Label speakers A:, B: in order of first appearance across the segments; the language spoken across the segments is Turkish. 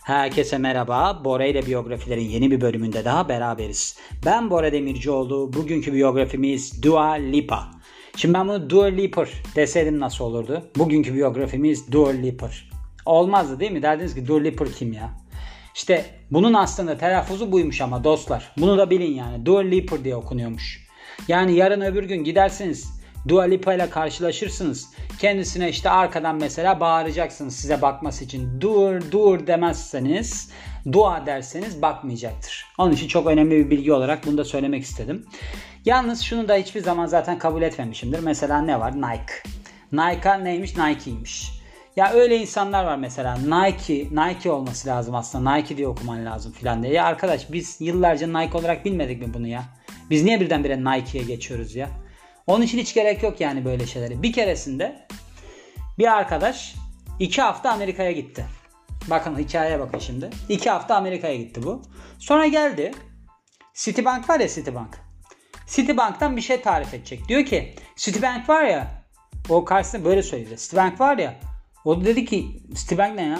A: Herkese merhaba. Bora ile biyografilerin yeni bir bölümünde daha beraberiz. Ben Bora Demircioğlu. Bugünkü biyografimiz Dua Lipa. Şimdi ben bunu Dua Lipa deseydim nasıl olurdu? Bugünkü biyografimiz Dua Lipa. Olmazdı değil mi? Derdiniz ki Dua Lipa kim ya? İşte bunun aslında telaffuzu buymuş ama dostlar. Bunu da bilin yani. Dua Lipa diye okunuyormuş. Yani yarın öbür gün gidersiniz, Dua Lipa ile karşılaşırsınız. Kendisine işte arkadan mesela bağıracaksınız size bakması için. Dur demezseniz, dua derseniz bakmayacaktır. Onun için çok önemli bir bilgi olarak bunu da söylemek istedim. Yalnız şunu da hiçbir zaman zaten kabul etmemişimdir. Mesela ne var? Nike. Nike neymiş? Nike'ymiş. Ya öyle insanlar var mesela. Nike olması lazım aslında. Nike diye okuman lazım filan diye. Ya arkadaş biz yıllarca Nike olarak bilmedik mi bunu ya? Biz niye birdenbire Nike'ye geçiyoruz ya? Onun için hiç gerek yok yani böyle şeylere. Bir keresinde bir arkadaş 2 hafta Amerika'ya gitti. Bakın hikayeye bakın şimdi. 2 hafta Amerika'ya gitti bu. Sonra geldi. Citibank var ya, Citibank. Citibank'tan bir şey tarif edecek. Diyor ki Citibank var ya. O karşısında böyle söyledi. Citibank var ya. O da dedi ki Citibank ne ya?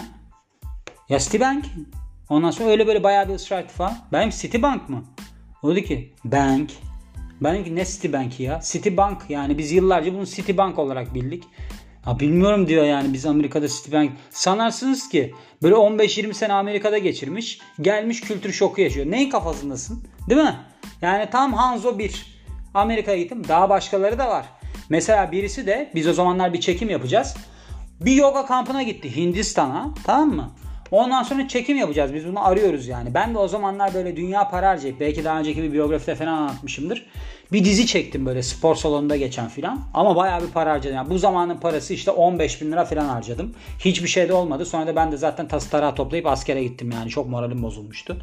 A: Ya Citibank. Ondan sonra öyle böyle bayağı bir ısrar etti falan. Benim Citibank mı? O dedi ki bank. Ben dedim ki ne Citibank'i ya? Citibank yani biz yıllarca bunu Citibank olarak bildik. Ha bilmiyorum diyor yani biz Amerika'da Citibank. Sanarsınız ki böyle 15-20 sene Amerika'da geçirmiş. Gelmiş kültür şoku yaşıyor. Neyin kafasındasın? Değil mi? Yani tam Hanzo 1. Amerika'ya gittim. Daha başkaları da var. Mesela birisi de biz o zamanlar bir çekim yapacağız. Bir yoga kampına gitti Hindistan'a. Tamam mı? Ondan sonra çekim yapacağız. Biz bunu arıyoruz yani. Ben de o zamanlar böyle dünya para harcayıp belki daha önceki bir biyografide falan anlatmışımdır. Bir dizi çektim böyle spor salonunda geçen filan. Ama bayağı bir para harcadım. Yani bu zamanın parası işte 15 bin lira falan harcadım. Hiçbir şey de olmadı. Sonra da ben de zaten tası tarağı toplayıp askere gittim yani. Çok moralim bozulmuştu.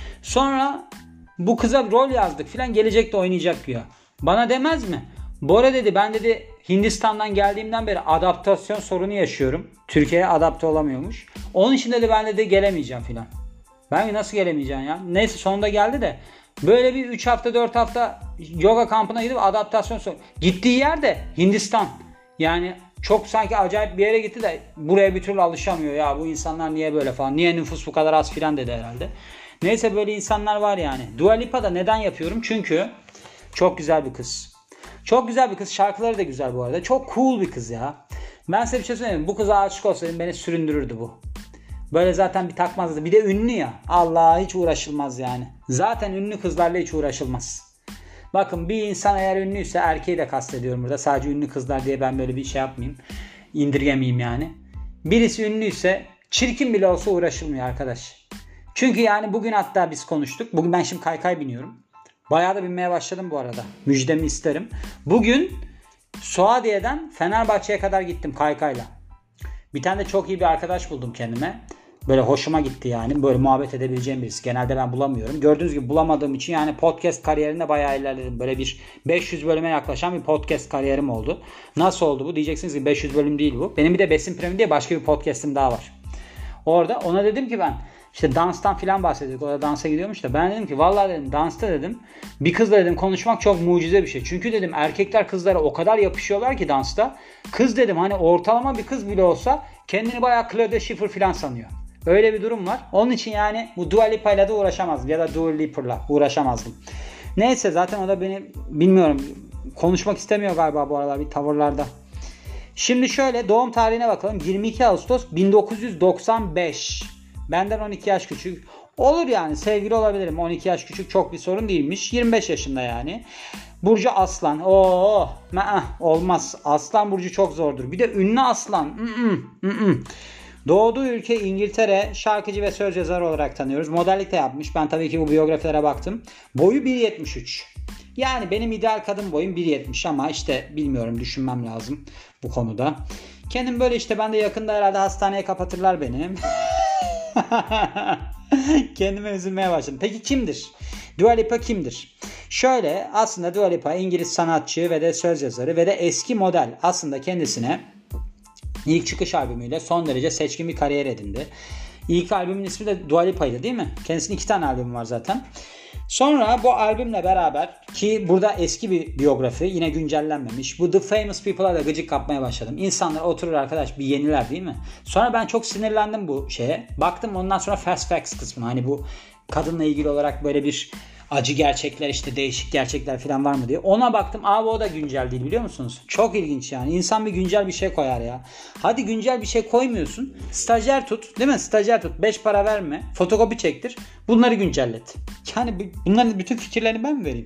A: Sonra bu kıza rol yazdık filan. Gelecek de oynayacak diyor. Bana demez mi? Bora dedi ben dedi Hindistan'dan geldiğimden beri adaptasyon sorunu yaşıyorum. Türkiye'ye adapte olamıyormuş. Onun için dedi ben dedi gelemeyeceğim filan. Ben nasıl gelemeyeceğim ya? Neyse sonunda geldi de. Böyle bir 3 hafta 4 hafta yoga kampına gidip adaptasyon sorunu. Gittiği yer de Hindistan. Yani çok sanki acayip bir yere gitti de buraya bir türlü alışamıyor. Ya bu insanlar niye böyle falan. Niye nüfus bu kadar az filan dedi herhalde. Neyse böyle insanlar var yani. Dua Lipa'da neden yapıyorum? Çünkü çok güzel bir kız. Çok güzel bir kız. Şarkıları da güzel bu arada. Çok cool bir kız ya. Ben size bir şey söyleyeyim. Bu kıza aşık olsaydım beni süründürürdü bu. Böyle zaten bir takmazdı. Bir de ünlü ya. Allah hiç uğraşılmaz yani. Zaten ünlü kızlarla hiç uğraşılmaz. Bakın bir insan eğer ünlüyse erkeği de kastediyorum burada. Sadece ünlü kızlar diye ben böyle bir şey yapmayayım. İndirgemeyeyim yani. Birisi ünlüyse çirkin bile olsa uğraşılmıyor arkadaş. Çünkü yani bugün hatta biz konuştuk. Bugün ben şimdi kaykay biniyorum. Bayağı da binmeye başladım bu arada. Müjdemi isterim. Bugün Suadiye'den Fenerbahçe'ye kadar gittim kaykayla. Bir tane de çok iyi bir arkadaş buldum kendime. Böyle hoşuma gitti yani. Böyle muhabbet edebileceğim birisi. Genelde ben bulamıyorum. Gördüğünüz gibi bulamadığım için yani podcast kariyerinde bayağı ilerledim. Böyle bir 500 bölüme yaklaşan bir podcast kariyerim oldu. Nasıl oldu bu? Diyeceksiniz ki 500 bölüm değil bu. Benim bir de Besin Premium diye başka bir podcast'im daha var. Orada ona dedim ki ben işte danstan filan bahsediyorduk. Orada dansa gidiyormuş da ben dedim ki vallahi dedim dansta dedim bir kızla dedim konuşmak çok mucize bir şey. Çünkü dedim erkekler kızlara o kadar yapışıyorlar ki dansta. Kız dedim hani ortalama bir kız bile olsa kendini bayağı Claudia Schiffer filan sanıyor. Öyle bir durum var. Onun için yani bu Dua Lipa'yla da uğraşamazdım. Ya da Dua Lipa'la uğraşamazdım. Neyse zaten o da beni bilmiyorum konuşmak istemiyor galiba bu aralar bir tavırlarda. Şimdi şöyle doğum tarihine bakalım. 22 Ağustos 1995. Benden 12 yaş küçük. Olur yani sevgili olabilirim. 12 yaş küçük çok bir sorun değilmiş. 25 yaşında yani. Burcu Aslan. Olmaz. Aslan burcu çok zordur. Bir de ünlü aslan. Doğduğu ülke İngiltere. Şarkıcı ve söz yazarı olarak tanıyoruz. Modellik de yapmış. Ben tabii ki bu biyografilere baktım. Boyu 1.73. Yani benim ideal kadın boyum 1.70 ama işte bilmiyorum düşünmem lazım bu konuda. Kendim böyle işte ben de yakında herhalde hastaneye kapatırlar beni. Kendime üzülmeye başladım. Peki kimdir? Dua Lipa kimdir? Şöyle aslında Dua Lipa İngiliz sanatçı ve de söz yazarı ve de eski model. Aslında kendisine ilk çıkış albümüyle son derece seçkin bir kariyer edindi. İlk albümün ismi de Dua Lipa'ydı değil mi? Kendisinin 2 tane albümü var zaten. Sonra bu albümle beraber, ki burada eski bir biyografi, yine güncellenmemiş. Bu The Famous People'a da gıcık kapmaya başladım. İnsanlar oturur arkadaş bir yeniler değil mi? Sonra ben çok sinirlendim bu şeye. Baktım ondan sonra Fast Facts kısmına, hani bu kadınla ilgili olarak böyle bir acı gerçekler, işte değişik gerçekler falan var mı diye. Ona baktım, abi o da güncel değil, biliyor musunuz? Çok ilginç yani. İnsan bir güncel bir şey koyar ya. Hadi güncel bir şey koymuyorsun. Stajyer tut, değil mi? Stajyer tut. 5 para verme. Fotokopi çektir. Bunları güncellet. Yani bunların bütün fikirlerini ben mi vereyim?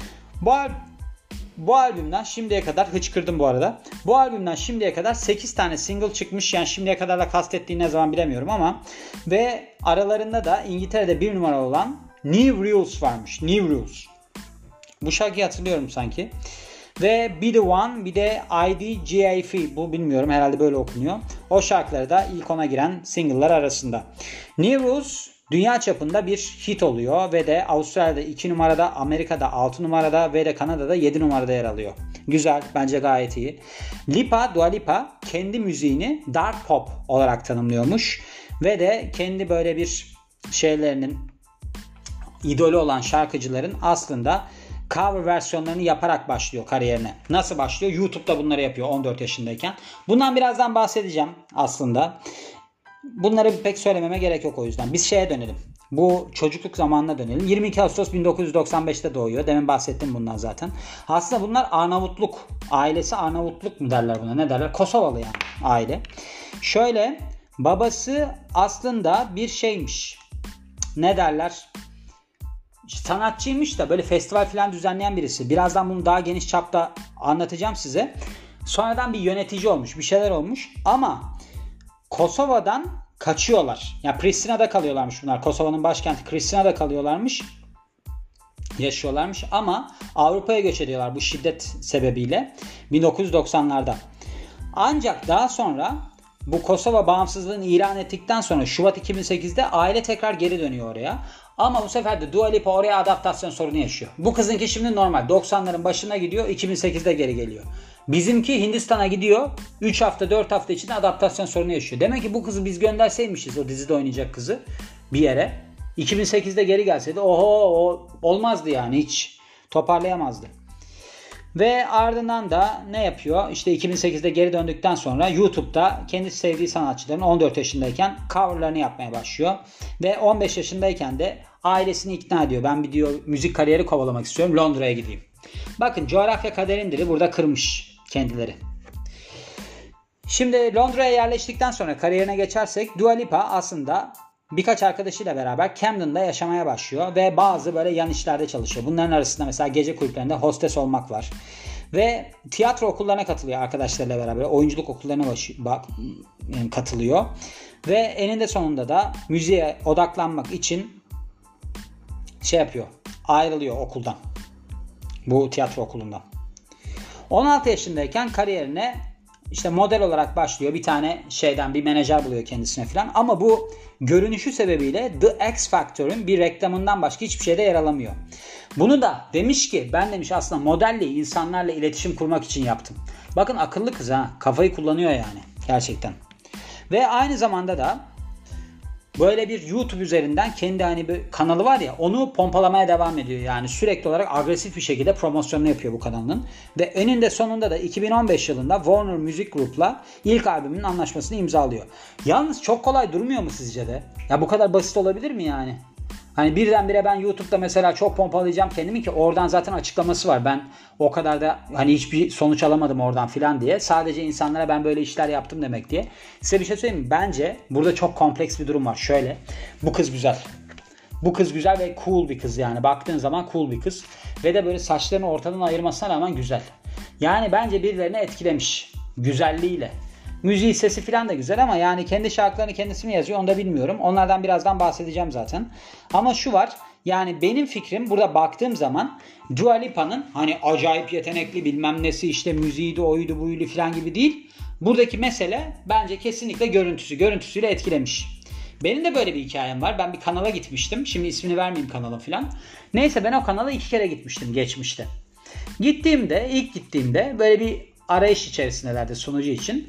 A: Bu albümden şimdiye kadar, hıçkırdım bu arada. Bu albümden şimdiye kadar 8 tane single çıkmış. Yani şimdiye kadar da kastettiği ne zaman bilemiyorum ama. Ve aralarında da İngiltere'de 1 numara olan New Rules varmış. New Rules. Bu şarkıyı hatırlıyorum sanki. Ve Be The One, bir de IDGAF. Bu bilmiyorum, herhalde böyle okunuyor. O şarkıları da ilk 10'a giren single'lar arasında. New Rules dünya çapında bir hit oluyor ve de Avustralya'da 2 numarada, Amerika'da 6 numarada ve de Kanada'da 7 numarada yer alıyor. Güzel, bence gayet iyi. Dua Lipa kendi müziğini dark pop olarak tanımlıyormuş ve de kendi böyle bir şeylerinin, idolü olan şarkıcıların aslında cover versiyonlarını yaparak başlıyor kariyerine. Nasıl başlıyor? YouTube'da bunları yapıyor 14 yaşındayken. Bundan birazdan bahsedeceğim aslında. Bunları pek söylememe gerek yok o yüzden. Biz şeye dönelim. Bu çocukluk zamanına dönelim. 22 Ağustos 1995'te doğuyor. Demin bahsettim bundan zaten. Aslında bunlar Arnavutluk. Ailesi Arnavutluk mu derler buna? Ne derler? Kosovalı yani aile. Şöyle, babası aslında bir şeymiş. Ne derler? Sanatçıymış da böyle festival falan düzenleyen birisi. Birazdan bunu daha geniş çapta anlatacağım size. Sonradan bir yönetici olmuş, bir şeyler olmuş ama Kosova'dan kaçıyorlar. Yani Pristina'da kalıyorlarmış bunlar. Kosova'nın başkenti Pristina'da kalıyorlarmış. Yaşıyorlarmış ama Avrupa'ya göç ediyorlar bu şiddet sebebiyle 1990'larda. Ancak daha sonra bu Kosova bağımsızlığını ilan ettikten sonra Şubat 2008'de aile tekrar geri dönüyor oraya. Ama bu sefer de Dua Lipa oraya adaptasyon sorunu yaşıyor. Bu kızınki şimdi normal 90'ların başına gidiyor, 2008'de geri geliyor. Bizimki Hindistan'a gidiyor, 3 hafta 4 hafta içinde adaptasyon sorunu yaşıyor. Demek ki bu kızı biz gönderseymişiz, o dizide oynayacak kızı bir yere, 2008'de geri gelseydi oho olmazdı yani, hiç toparlayamazdı. Ve ardından da ne yapıyor? İşte 2008'de geri döndükten sonra YouTube'da kendi sevdiği sanatçıların 14 yaşındayken coverlarını yapmaya başlıyor. Ve 15 yaşındayken de ailesini ikna ediyor. Ben bir diyor müzik kariyeri kovalamak istiyorum, Londra'ya gideyim. Bakın, coğrafya kaderindir burada kırmış kendileri. Şimdi Londra'ya yerleştikten sonra kariyerine geçersek, Dua Lipa aslında birkaç arkadaşıyla beraber Camden'da yaşamaya başlıyor ve bazı böyle yan işlerde çalışıyor. Bunların arasında mesela gece kulüplerinde hostes olmak var. Ve tiyatro okullarına katılıyor arkadaşlarıyla beraber. Oyunculuk okullarına katılıyor. Ve eninde sonunda da müziğe odaklanmak için yapıyor. Ayrılıyor okuldan. Bu tiyatro okulundan. 16 yaşındayken kariyerine işte model olarak başlıyor. Bir tane bir menajer buluyor kendisine falan. Ama bu görünüşü sebebiyle The X Factor'ın bir reklamından başka hiçbir şeyde yer alamıyor. Bunu da demiş ki, ben demiş aslında modelle insanlarla iletişim kurmak için yaptım. Bakın, akıllı kız ha. Kafayı kullanıyor yani. Gerçekten. Ve aynı zamanda da böyle bir YouTube üzerinden kendi hani bir kanalı var ya, onu pompalamaya devam ediyor. Yani sürekli olarak agresif bir şekilde promosyonunu yapıyor bu kanalının. Ve eninde sonunda da 2015 yılında Warner Music Group'la ilk albümünün anlaşmasını imzalıyor. Yalnız çok kolay durmuyor mu sizce de? Ya bu kadar basit olabilir mi yani? Hani birdenbire ben YouTube'da mesela çok pompalayacağım kendimi, ki oradan zaten açıklaması var. Ben o kadar da hani hiçbir sonuç alamadım oradan filan diye. Sadece insanlara ben böyle işler yaptım demek diye. Size bir şey söyleyeyim mi? Bence burada çok kompleks bir durum var. Şöyle. Bu kız güzel. Bu kız güzel ve cool bir kız yani. Baktığın zaman cool bir kız. Ve de böyle saçlarını ortadan ayırmasına rağmen güzel. Yani bence birilerini etkilemiş. Güzelliğiyle. Müziği, sesi falan da güzel ama yani kendi şarkılarını kendisi mi yazıyor onu da bilmiyorum. Onlardan birazdan bahsedeceğim zaten. Ama şu var, yani benim fikrim burada baktığım zaman Dua Lipa'nın hani acayip yetenekli bilmem nesi, işte müziği de oydu buydu falan gibi değil. Buradaki mesele bence kesinlikle görüntüsü. Görüntüsüyle etkilemiş. Benim de böyle bir hikayem var. Ben bir kanala gitmiştim. Şimdi ismini vermeyeyim kanalın falan. Neyse, ben o kanala 2 kere gitmiştim geçmişte. İlk gittiğimde böyle bir arayış içerisindelerdi sunucu için.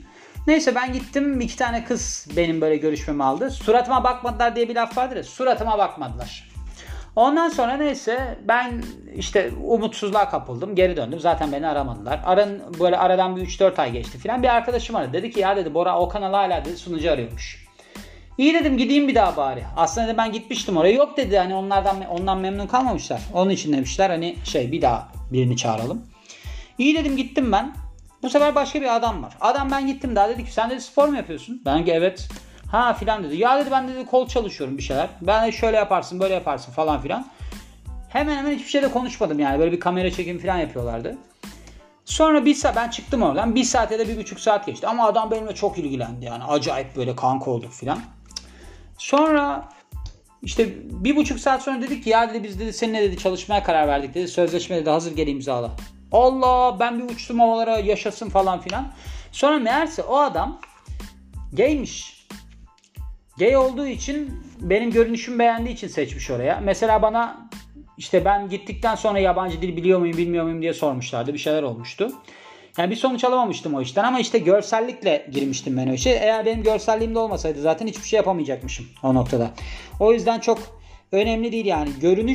A: Neyse ben gittim. 2 tane kız benim böyle görüşmemi aldı. Suratıma bakmadılar diye bir laf vardır ya. Suratıma bakmadılar. Ondan sonra neyse ben işte umutsuzluğa kapıldım. Geri döndüm. Zaten beni aramadılar. Böyle aradan bir 3-4 ay geçti filan. Bir arkadaşım aradı. Dedi ki ya dedi Bora o kanal hala dedi sunucu arıyormuş. İyi dedim gideyim bir daha bari. Aslında dedi ben gitmiştim oraya. Yok dedi hani ondan memnun kalmamışlar. Onun için demişler hani bir daha birini çağıralım. İyi dedim gittim ben. Bu sefer başka bir adam var. Adam ben gittim daha dedi ki sen dedi spor mu yapıyorsun? Ben ki evet. Ha filan dedi. Ya dedi ben dedi kol çalışıyorum bir şeyler. Ben de şöyle yaparsın böyle yaparsın falan filan. Hemen hemen hiçbir şeyde konuşmadım yani. Böyle bir kamera çekimi filan yapıyorlardı. Sonra ben çıktım oradan. 1 saat ya da 1,5 saat geçti. Ama adam benimle çok ilgilendi yani. Acayip böyle kanka olduk filan. Sonra işte 1,5 saat sonra dedik ki ya dedi biz dedi seninle dedi çalışmaya karar verdik dedi. Sözleşme dedi hazır gel imzala. Allah ben bir uçtum havalara yaşasın falan filan. Sonra meğerse o adam gaymiş. Gay olduğu için benim görünüşümü beğendiği için seçmiş oraya. Mesela bana işte ben gittikten sonra yabancı dil biliyor muyum bilmiyor muyum diye sormuşlardı. Bir şeyler olmuştu. Yani bir sonuç alamamıştım o işten ama işte görsellikle girmiştim ben o işe. Eğer benim görselliğim de olmasaydı zaten hiçbir şey yapamayacakmışım o noktada. O yüzden çok önemli değil yani.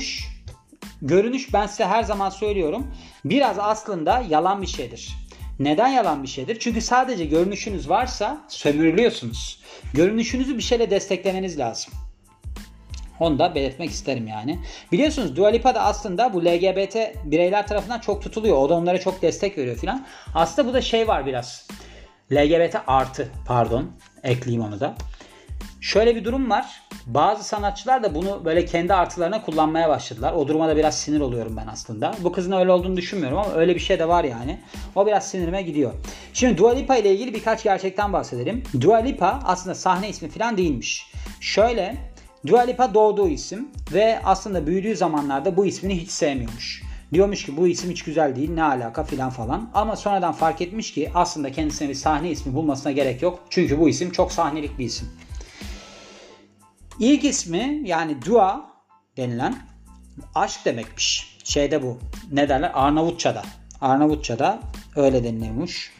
A: Görünüş ben size her zaman söylüyorum. Biraz aslında yalan bir şeydir. Neden yalan bir şeydir? Çünkü sadece görünüşünüz varsa sömürülüyorsunuz. Görünüşünüzü bir şeyle desteklemeniz lazım. Onu da belirtmek isterim yani. Biliyorsunuz Dua Lipa da aslında bu LGBT bireyler tarafından çok tutuluyor. O da onlara çok destek veriyor filan. Aslında bu da var biraz. LGBT artı ekleyeyim onu da. Şöyle bir durum var. Bazı sanatçılar da bunu böyle kendi artılarına kullanmaya başladılar. O duruma da biraz sinir oluyorum ben aslında. Bu kızın öyle olduğunu düşünmüyorum ama öyle bir şey de var yani. O biraz sinirime gidiyor. Şimdi Dua Lipa ile ilgili birkaç gerçekten bahsedelim. Dua Lipa aslında sahne ismi falan değilmiş. Şöyle Dua Lipa doğduğu isim ve aslında büyüdüğü zamanlarda bu ismini hiç sevmiyormuş. Diyormuş ki bu isim hiç güzel değil ne alaka falan. Ama sonradan fark etmiş ki aslında kendisine bir sahne ismi bulmasına gerek yok. Çünkü bu isim çok sahnelik bir isim. İlk ismi yani Dua denilen aşk demekmiş. Bu ne derler Arnavutça'da öyle deniliyormuş.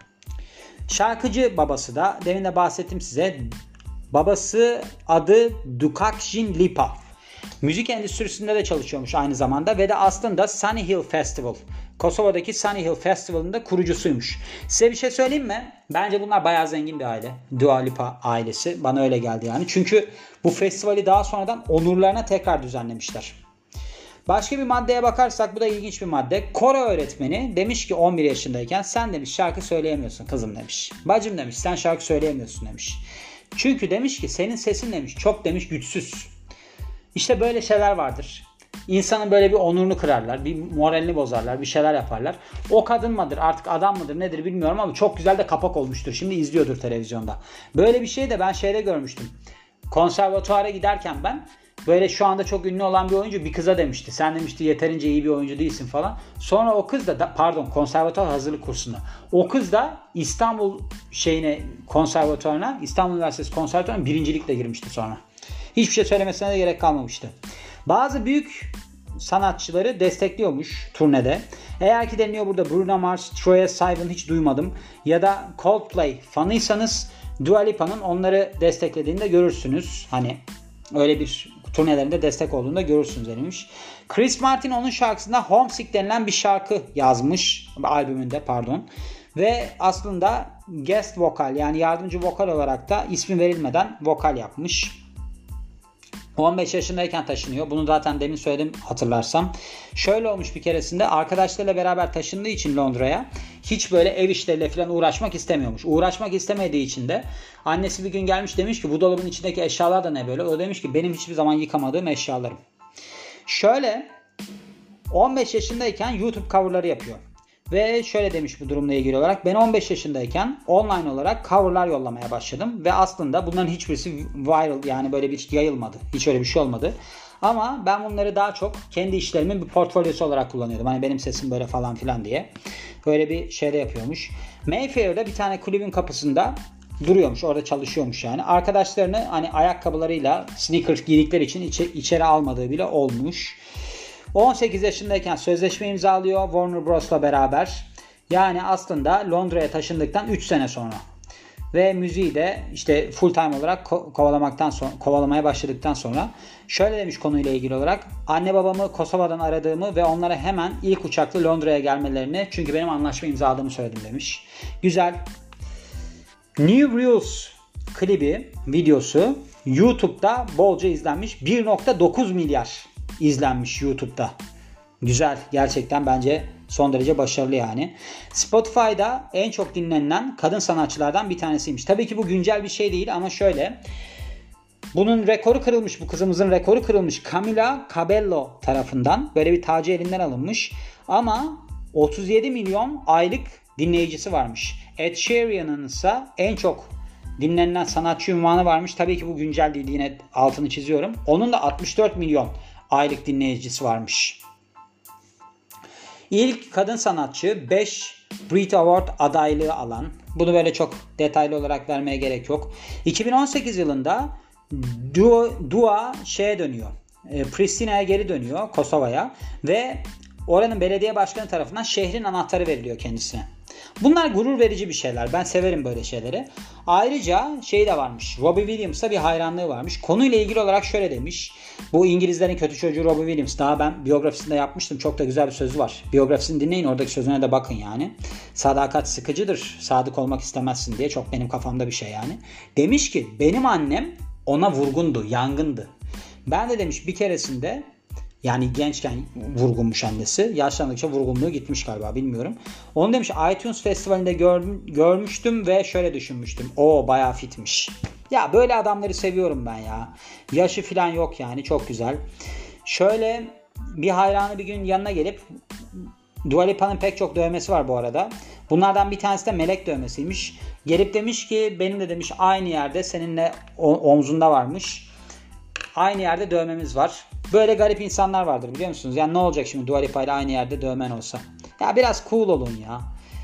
A: Şarkıcı babası da demin de bahsettim size. Babası adı Dukakjin Lipa. Müzik endüstrisinde de çalışıyormuş aynı zamanda ve de aslında Sunny Hill Festival. Kosova'daki Sunny Hill Festival'ın da kurucusuymuş. Size bir şey söyleyeyim mi? Bence bunlar bayağı zengin bir aile. Dua Lipa ailesi. Bana öyle geldi yani. Çünkü bu festivali daha sonradan onurlarına tekrar düzenlemişler. Başka bir maddeye bakarsak bu da ilginç bir madde. Koro öğretmeni demiş ki 11 yaşındayken sen demiş şarkı söyleyemiyorsun kızım demiş. Bacım demiş sen şarkı söyleyemiyorsun demiş. Çünkü demiş ki senin sesin demiş çok demiş güçsüz. İşte böyle şeyler vardır. İnsanın böyle bir onurunu kırarlar, bir moralini bozarlar, bir şeyler yaparlar. O kadın mıdır artık adam mıdır nedir bilmiyorum ama çok güzel de kapak olmuştur. Şimdi izliyordur televizyonda. Böyle bir şey de ben görmüştüm. Konservatuara giderken ben böyle şu anda çok ünlü olan bir oyuncu bir kıza demişti. Sen demişti yeterince iyi bir oyuncu değilsin falan. Sonra o kız da konservatuar hazırlık kursuna. O kız da İstanbul konservatuarına, İstanbul Üniversitesi konservatuarına birincilikle girmişti sonra. Hiçbir şey söylemesine de gerek kalmamıştı. Bazı büyük sanatçıları destekliyormuş turnede. Eğer ki deniliyor burada Bruno Mars, Troye Sivan hiç duymadım. Ya da Coldplay fanıysanız Dua Lipa'nın onları desteklediğini de görürsünüz. Hani öyle bir turnelerinde destek olduğunu da görürsünüz denilmiş. Chris Martin onun şarkısında Homesick denilen bir şarkı yazmış. Albümünde Ve aslında guest vokal yani yardımcı vokal olarak da ismi verilmeden vokal yapmış. 15 yaşındayken taşınıyor. Bunu zaten demin söyledim hatırlarsam. Şöyle olmuş bir keresinde arkadaşlarıyla beraber taşındığı için Londra'ya hiç böyle ev işleriyle falan uğraşmak istemiyormuş. Uğraşmak istemediği için de annesi bir gün gelmiş demiş ki bu dolabın içindeki eşyalar da ne böyle? O demiş ki benim hiçbir zaman yıkamadığım eşyalarım. Şöyle 15 yaşındayken YouTube coverları yapıyor. Ve şöyle demiş bu durumla ilgili olarak ben 15 yaşındayken online olarak coverlar yollamaya başladım ve aslında bunların hiçbirisi viral yani böyle bir yayılmadı. Hiç öyle bir şey olmadı. Ama ben bunları daha çok kendi işlerimin bir portfolyosu olarak kullanıyordum. Hani benim sesim böyle falan filan diye. Böyle bir şeyde yapıyormuş. Mayfair'da bir tane kulübün kapısında duruyormuş. Orada çalışıyormuş yani. Arkadaşlarını hani ayakkabılarıyla sneakers giydikleri için içeri almadığı bile olmuş. 18 yaşındayken sözleşme imzalıyor Warner Bros'la beraber. Yani aslında Londra'ya taşındıktan 3 sene sonra. Ve müziği de işte full time olarak kovalamaya başladıktan sonra şöyle demiş konuyla ilgili olarak: anne babamı Kosova'dan aradığımı ve onlara hemen ilk uçakla Londra'ya gelmelerini, çünkü benim anlaşma imzaladığımı söyledim demiş. Güzel. New Rules klibi, videosu YouTube'da bolca izlenmiş. 1.9 milyar izlenmiş YouTube'da. Güzel. Gerçekten bence son derece başarılı yani. Spotify'da en çok dinlenilen kadın sanatçılardan bir tanesiymiş. Tabii ki bu güncel bir şey değil ama şöyle. Bunun rekoru kırılmış. Bu kızımızın rekoru kırılmış. Camila Cabello tarafından. Böyle bir tacı elinden alınmış. Ama 37 milyon aylık dinleyicisi varmış. Ed Sheeran'ın ise en çok dinlenilen sanatçı unvanı varmış. Tabii ki bu güncel değil, yine altını çiziyorum. Onun da 64 milyon aylık dinleyicisi varmış. İlk kadın sanatçı 5 Brit Award adaylığı alan. Bunu böyle çok detaylı olarak vermeye gerek yok. 2018 yılında Dua şeye dönüyor. Pristina'ya geri dönüyor, Kosova'ya, ve oranın belediye başkanı tarafından şehrin anahtarı veriliyor kendisine. Bunlar gurur verici bir şeyler. Ben severim böyle şeyleri. Ayrıca şey de varmış. Robbie Williams'a bir hayranlığı varmış. Konuyla ilgili olarak şöyle demiş. Bu İngilizlerin kötü çocuğu Robbie Williams. Daha ben biyografisinde yapmıştım. Çok da güzel bir sözü var. Biyografisini dinleyin. Oradaki sözüne de bakın yani. Sadakat sıkıcıdır. Sadık olmak istemezsin diye. Çok benim kafamda bir şey yani. Demiş ki benim annem ona vurgundu. Yangındı. Ben de demiş bir keresinde, yani gençken vurgunmuş annesi. Yaşlandıkça vurgunluğu gitmiş galiba, bilmiyorum. Onu demiş iTunes Festivali'nde görmüştüm ve şöyle düşünmüştüm. O bayağı fitmiş. Ya böyle adamları seviyorum ben ya. Yaşı falan yok yani, çok güzel. Şöyle bir hayranı bir gün yanına gelip, Dua Lipa'nın pek çok dövmesi var bu arada. Bunlardan bir tanesi de melek dövmesiymiş. Gelip demiş ki benim de demiş aynı yerde seninle omzunda varmış. Aynı yerde dövmemiz var. Böyle garip insanlar vardır, biliyor musunuz? Yani ne olacak şimdi Dua Lipa ile aynı yerde dövmen olsa? Ya biraz cool olun ya.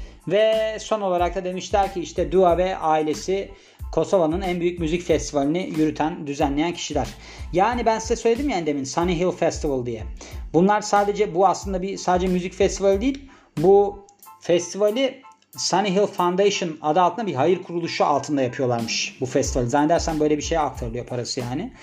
A: Ve son olarak da demişler ki işte Dua ve ailesi Kosova'nın en büyük müzik festivalini düzenleyen kişiler. Yani ben size söyledim yani demin, Sunny Hill Festival diye. Bunlar bu aslında sadece müzik festivali değil. Bu festivali Sunny Hill Foundation adı altında bir hayır kuruluşu altında yapıyorlarmış bu festivali. Zannedersem böyle bir şeye aktarılıyor parası yani.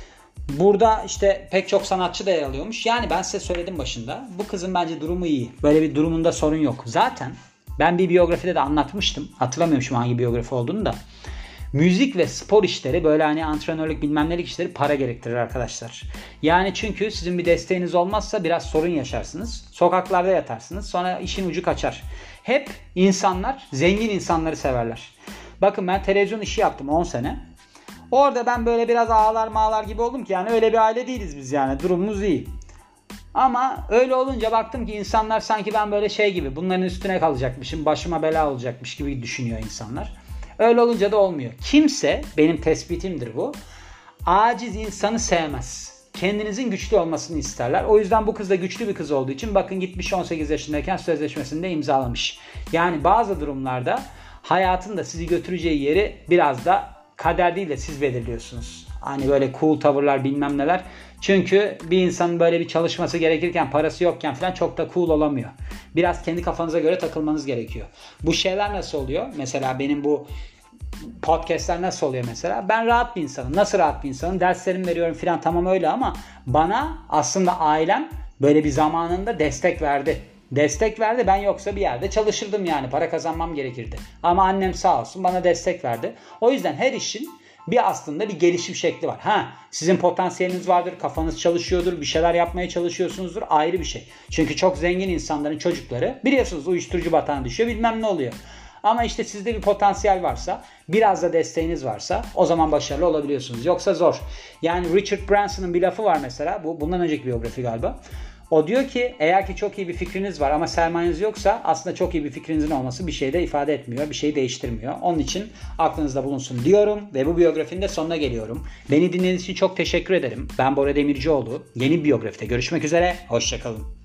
A: Burada işte pek çok sanatçı da yer alıyormuş. Yani ben size söyledim başında. Bu kızın bence durumu iyi. Böyle bir durumunda sorun yok. Zaten ben bir biyografide de anlatmıştım. Hatırlamıyorum hangi biyografi olduğunu da. Müzik ve spor işleri, böyle hani antrenörlük bilmem nelik işleri para gerektirir arkadaşlar. Yani çünkü sizin bir desteğiniz olmazsa biraz sorun yaşarsınız. Sokaklarda yatarsınız. Sonra işin ucu kaçar. Hep insanlar zengin insanları severler. Bakın ben televizyon işi yaptım 10 sene. Orada ben böyle biraz ağlar gibi oldum ki yani öyle bir aile değiliz biz yani, durumumuz iyi. Ama öyle olunca baktım ki insanlar sanki ben böyle şey gibi, bunların üstüne kalacakmışım, başıma bela olacakmış gibi düşünüyor insanlar. Öyle olunca da olmuyor. Kimse, benim tespitimdir bu, aciz insanı sevmez. Kendinizin güçlü olmasını isterler. O yüzden bu kız da güçlü bir kız olduğu için bakın gitmiş 18 yaşındayken sözleşmesini de imzalamış. Yani bazı durumlarda hayatın da sizi götüreceği yeri biraz da kader değil de siz belirliyorsunuz. Hani böyle cool tavırlar bilmem neler. Çünkü bir insanın böyle bir çalışması gerekirken, parası yokken falan çok da cool olamıyor. Biraz kendi kafanıza göre takılmanız gerekiyor. Bu şeyler nasıl oluyor? Mesela benim bu podcastler nasıl oluyor mesela? Ben rahat bir insanım. Nasıl rahat bir insanım? Derslerimi veriyorum falan, tamam öyle, ama bana aslında ailem böyle bir zamanında destek verdi. Ben yoksa bir yerde çalışırdım yani. Para kazanmam gerekirdi. Ama annem sağ olsun bana destek verdi. O yüzden her işin aslında bir gelişim şekli var. Sizin potansiyeliniz vardır, kafanız çalışıyordur, bir şeyler yapmaya çalışıyorsunuzdur, ayrı bir şey. Çünkü çok zengin insanların çocukları biliyorsunuz uyuşturucu batağına düşüyor, bilmem ne oluyor. Ama işte sizde bir potansiyel varsa, biraz da desteğiniz varsa o zaman başarılı olabiliyorsunuz. Yoksa zor. Yani Richard Branson'ın bir lafı var mesela. Bundan önceki biyografi galiba. O diyor ki eğer ki çok iyi bir fikriniz var ama sermayeniz yoksa aslında çok iyi bir fikrinizin olması bir şey de ifade etmiyor. Bir şey değiştirmiyor. Onun için aklınızda bulunsun diyorum ve bu biyografinin de sonuna geliyorum. Beni dinlediğiniz için çok teşekkür ederim. Ben Bora Demircioğlu. Yeni bir biyografide görüşmek üzere. Hoşçakalın.